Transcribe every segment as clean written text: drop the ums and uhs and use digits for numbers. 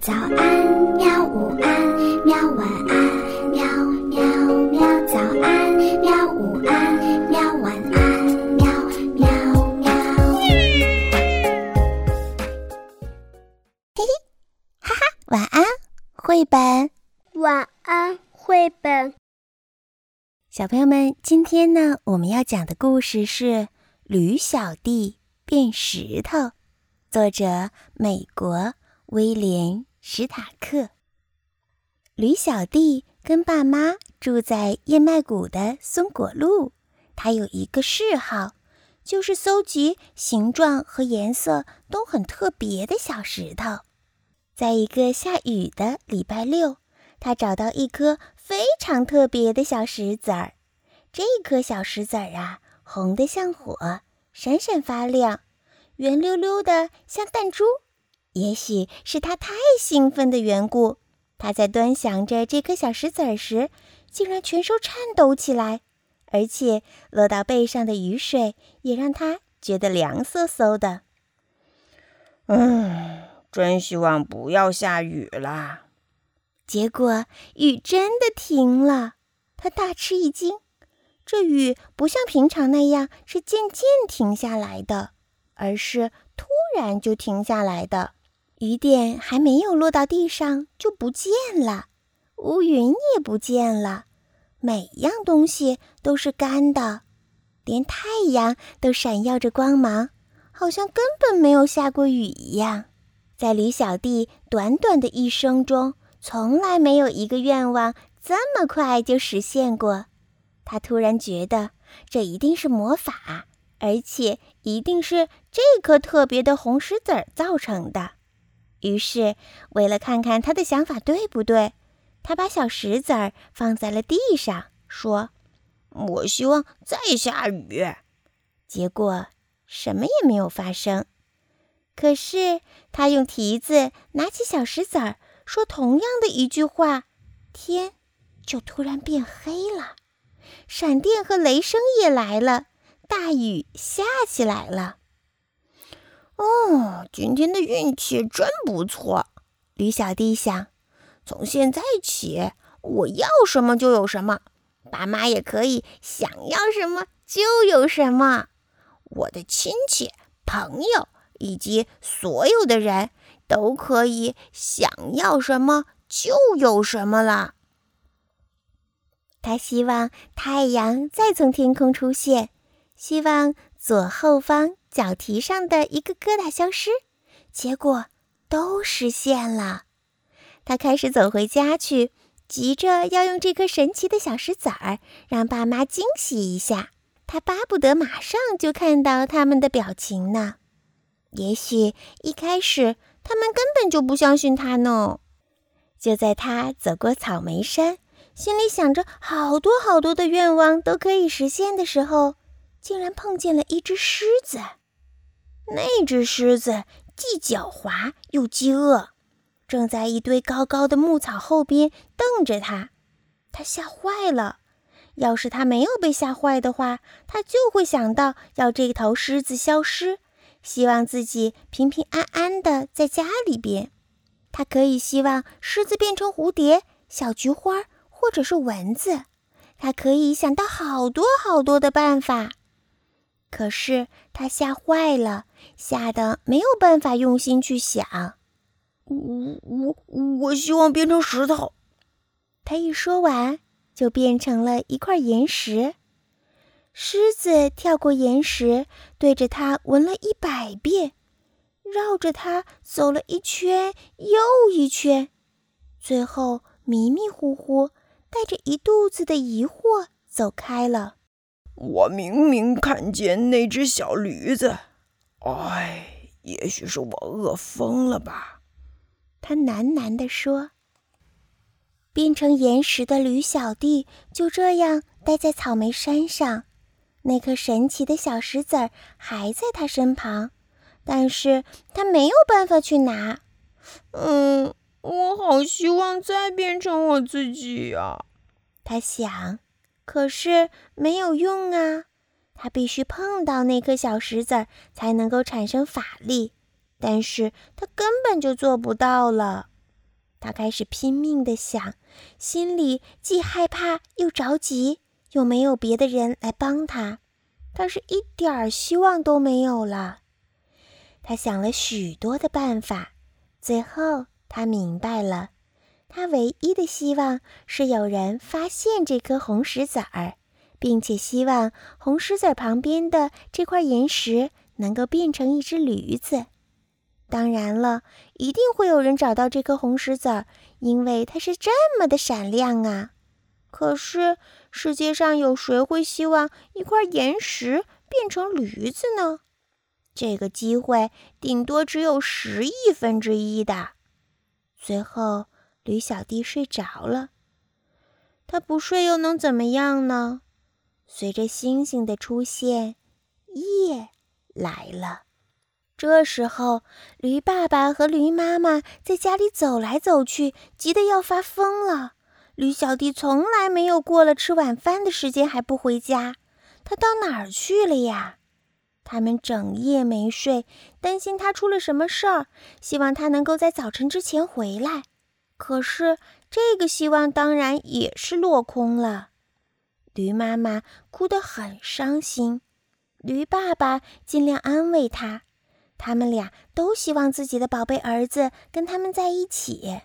早安喵，午安喵，晚安喵喵喵，早安喵，午安喵，晚安喵喵喵。 嘿嘿，哈哈，晚安绘本。 晚安绘本。 小朋友们，今天呢，我们要讲的故事是《驴小弟变石头》，作者美国威廉史塔克。驴小弟跟爸妈住在燕麦谷的松果路，他有一个嗜好，就是搜集形状和颜色都很特别的小石头。在一个下雨的礼拜六，他找到一颗非常特别的小石子儿。这颗小石子儿啊，红得像火，闪闪发亮，圆溜溜的像弹珠。也许是他太兴奋的缘故，他在端详着这颗小石子儿时，竟然全手颤抖起来，而且落到背上的雨水也让他觉得凉飕飕的。 真希望不要下雨啦。 结果雨真的停了，他大吃一惊。这雨不像平常那样是渐渐停下来的，而是突然就停下来的。雨点还没有落到地上就不见了，乌云也不见了，每样东西都是干的，连太阳都闪耀着光芒，好像根本没有下过雨一样。在驴小弟短短的一生中，从来没有一个愿望这么快就实现过。他突然觉得这一定是魔法，而且一定是这颗特别的红石子儿造成的。于是为了看看他的想法对不对，他把小石子儿放在了地上，说： 我希望再下雨。 结果什么也没有发生。可是他用蹄子拿起小石子儿，说同样的一句话，天就突然变黑了，闪电和雷声也来了，大雨下起来了。 今天的运气真不错， 驴小弟想， 从现在起，我要什么就有什么，爸妈也可以想要什么就有什么，我的亲戚、朋友以及所有的人都可以想要什么就有什么了。 他希望太阳再从天空出现，希望左后方脚蹄上的一个疙瘩消失，结果都实现了。他开始走回家去，急着要用这颗神奇的小石子儿让爸妈惊喜一下。他巴不得马上就看到他们的表情呢。也许一开始他们根本就不相信他呢。就在他走过草莓山，心里想着好多好多的愿望都可以实现的时候，竟然碰见了一只狮子。那只狮子既狡猾又饥饿，正在一堆高高的牧草后边瞪着他。他吓坏了，要是他没有被吓坏的话，他就会想到要这头狮子消失，希望自己平平安安的在家里边。他可以希望狮子变成蝴蝶、小菊花或者是蚊子，他可以想到好多好多的办法。可是他吓坏了，吓得没有办法用心去想。 我希望变成石头。 他一说完，就变成了一块岩石。狮子跳过岩石，对着它闻了100遍，绕着它走了一圈又一圈，最后迷迷糊糊，带着一肚子的疑惑走开了。 我明明看见那只小驴子，也许是我饿疯了吧， 他喃喃地说。变成岩石的驴小弟就这样待在草莓山上，那颗神奇的小石子儿还在他身旁，但是他没有办法去拿。 我好希望再变成我自己呀， 他想，可是没有用啊，他必须碰到那颗小石子儿才能够产生法力，但是他根本就做不到了。 他开始拼命地想，心里既害怕又着急，又没有别的人来帮他，他是一点希望都没有了。他想了许多的办法，最后他明白了，他唯一的希望是有人发现这颗红石子儿，并且希望红石子旁边的这块岩石能够变成一只驴子。当然了，一定会有人找到这颗红石子儿，因为它是这么的闪亮啊。可是世界上有谁会希望一块岩石变成驴子呢？这个机会顶多只有1/1000的。最后，驴小弟睡着了。他不睡又能怎么样呢？随着星星的出现，夜来了。这时候，驴爸爸和驴妈妈在家里走来走去，急得要发疯了。驴小弟从来没有过了吃晚饭的时间还不回家，他到哪儿去了呀？他们整夜没睡，担心他出了什么事儿，希望他能够在早晨之前回来。可是这个希望当然也是落空了。驴妈妈哭得很伤心，驴爸爸尽量安慰他，他们俩都希望自己的宝贝儿子跟他们在一起。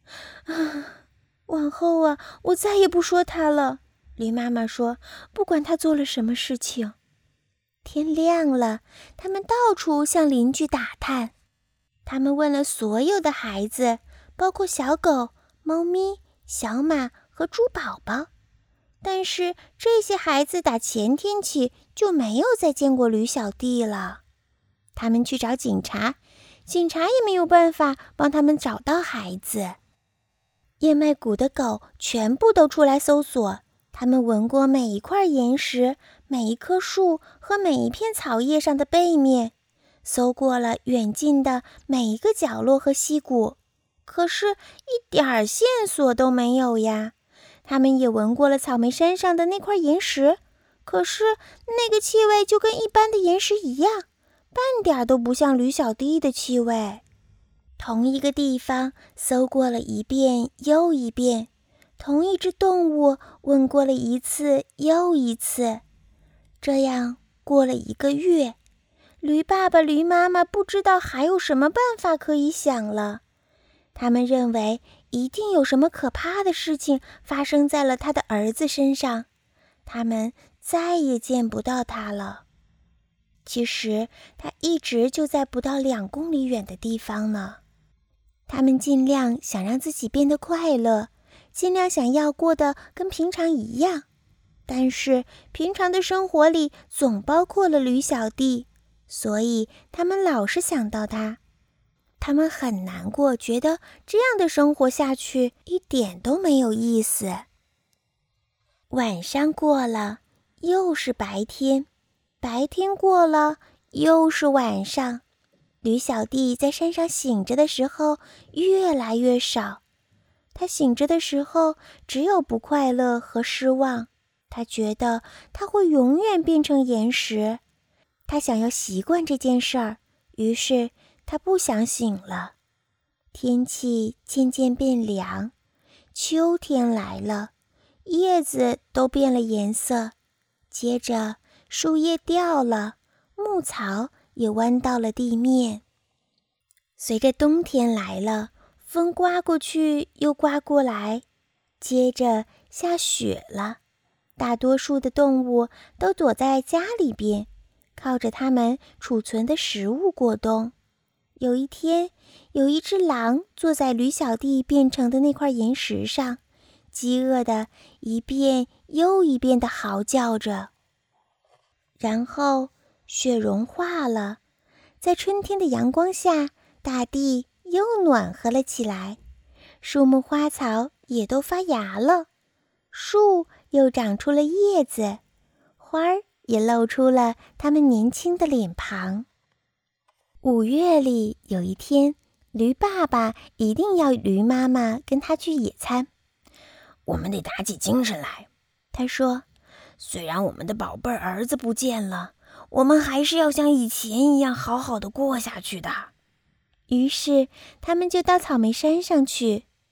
往后啊，我再也不说他了，驴妈妈说，不管他做了什么事情。天亮了，他们到处向邻居打探，他们问了所有的孩子，包括小狗、猫咪、小马和猪宝宝。但是这些孩子打前天起就没有再见过驴小弟了。他们去找警察，警察也没有办法帮他们找到孩子。燕麦谷的狗全部都出来搜索，他们闻过每一块岩石、每一棵树和每一片草叶上的背面，搜过了远近的每一个角落和溪谷，可是一点线索都没有呀。他们也闻过了草莓山上的那块岩石，可是那个气味就跟一般的岩石一样，半点都不像驴小弟的气味。同一个地方搜过了一遍又一遍，同一只动物问过了一次又一次。这样过了1个月，驴爸爸、驴妈妈不知道还有什么办法可以想了。他们认为一定有什么可怕的事情发生在了他的儿子身上，他们再也见不到他了。其实他一直就在不到2公里远的地方呢。他们尽量想让自己变得快乐，尽量想要过得跟平常一样，但是平常的生活里总包括了驴小弟，所以他们老是想到他。他们很难过，觉得这样的生活下去一点都没有意思。晚上过了，又是白天，白天过了，又是晚上。驴小弟在山上醒着的时候越来越少，他醒着的时候只有不快乐和失望，他觉得他会永远变成岩石。他想要习惯这件事儿，于是他不想醒了。天气渐渐变凉，秋天来了，叶子都变了颜色，接着树叶掉了，牧草也弯到了地面。随着冬天来了，风刮过去又刮过来，接着下雪了。大多数的动物都躲在家里边，靠着它们储存的食物过冬。有一天，有一只狼坐在驴小弟变成的那块岩石上，饥饿的一遍又一遍地嚎叫着。然后雪融化了，在春天的阳光下，大地又暖和了起来，树木花草也都发芽了，树又长出了叶子，花儿也露出了它们年轻的脸庞。5月里有一天，驴爸爸一定要驴妈妈跟他去野餐。 我们得打起精神来， 他说， 虽然我们的宝贝儿子不见了，我们还是要像以前一样好好的过下去的。 于是他们就到草莓山上去。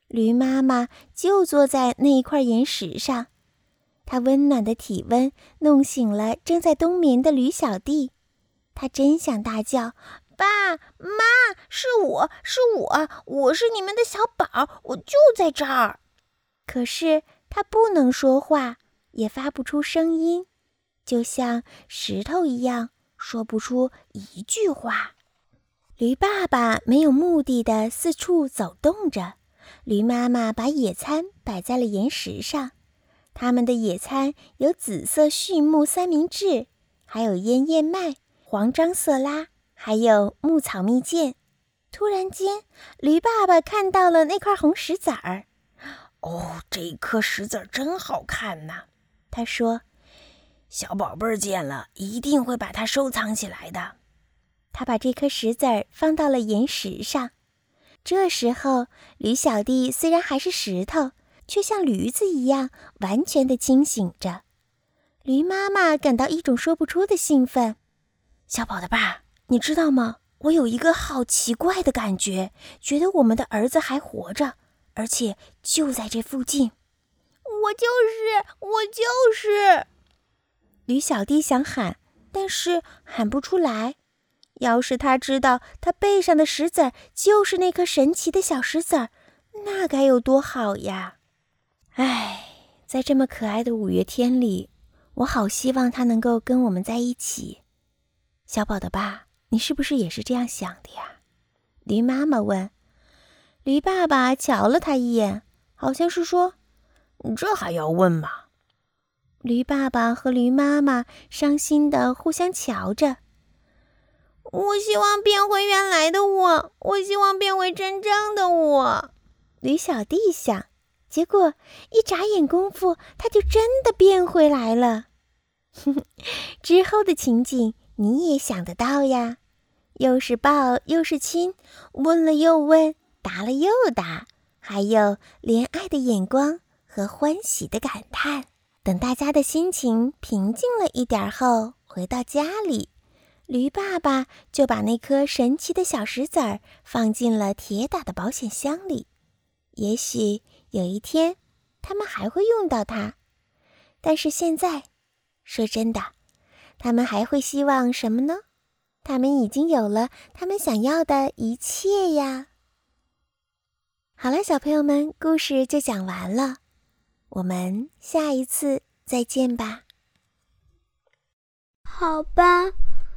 驴妈妈就坐在那一块岩石上，她温暖的体温弄醒了正在冬眠的驴小弟。她真想大叫：爸妈，是我，我是你们的小宝，我就在这儿。可是她不能说话，也发不出声音，就像石头一样，说不出一句话。驴爸爸没有目的地四处走动着，驴妈妈把野餐摆在了岩石上。他们的野餐有紫色畜牧三明治，还有腌燕麦、黄樟色拉，还有牧草蜜饯。突然间，驴爸爸看到了那块红石子儿。 哦，这颗石子真好看呐， 他说。 小宝贝儿见了一定会把它收藏起来的。 他把这颗石子儿放到了岩石上。这时候，驴小弟虽然还是石头，却像驴子一样完全的清醒着。驴妈妈感到一种说不出的兴奋。小宝的爸，你知道吗？我有一个好奇怪的感觉，觉得我们的儿子还活着，而且就在这附近。我就是。驴小弟想喊，但是喊不出来。要是他知道他背上的石子儿就是那颗神奇的小石子儿，那该有多好呀！唉，在这么可爱的5月天里，我好希望他能够跟我们在一起。小宝的爸，你是不是也是这样想的呀？驴妈妈问。驴爸爸瞧了他一眼，好像是说： 这还要问吗？ 驴爸爸和驴妈妈伤心地互相瞧着。我希望变回原来的我希望变回真正的我。驴小弟想，结果一眨眼功夫，他就真的变回来了。之后的情景你也想得到呀，又是抱又是亲，问了又问，答了又答，还有怜爱的眼光和欢喜的感叹。等大家的心情平静了一点后，回到家里，驴爸爸就把那颗神奇的小石子儿放进了铁打的保险箱里。也许有一天，他们还会用到它。但是现在，说真的，他们还会希望什么呢？他们已经有了他们想要的一切呀。好了，小朋友们，故事就讲完了。我们下一次再见吧。 好吧，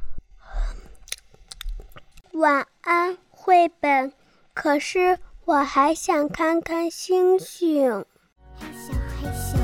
晚安，绘本。可是我还想看看星星。 嘿咻嘿咻。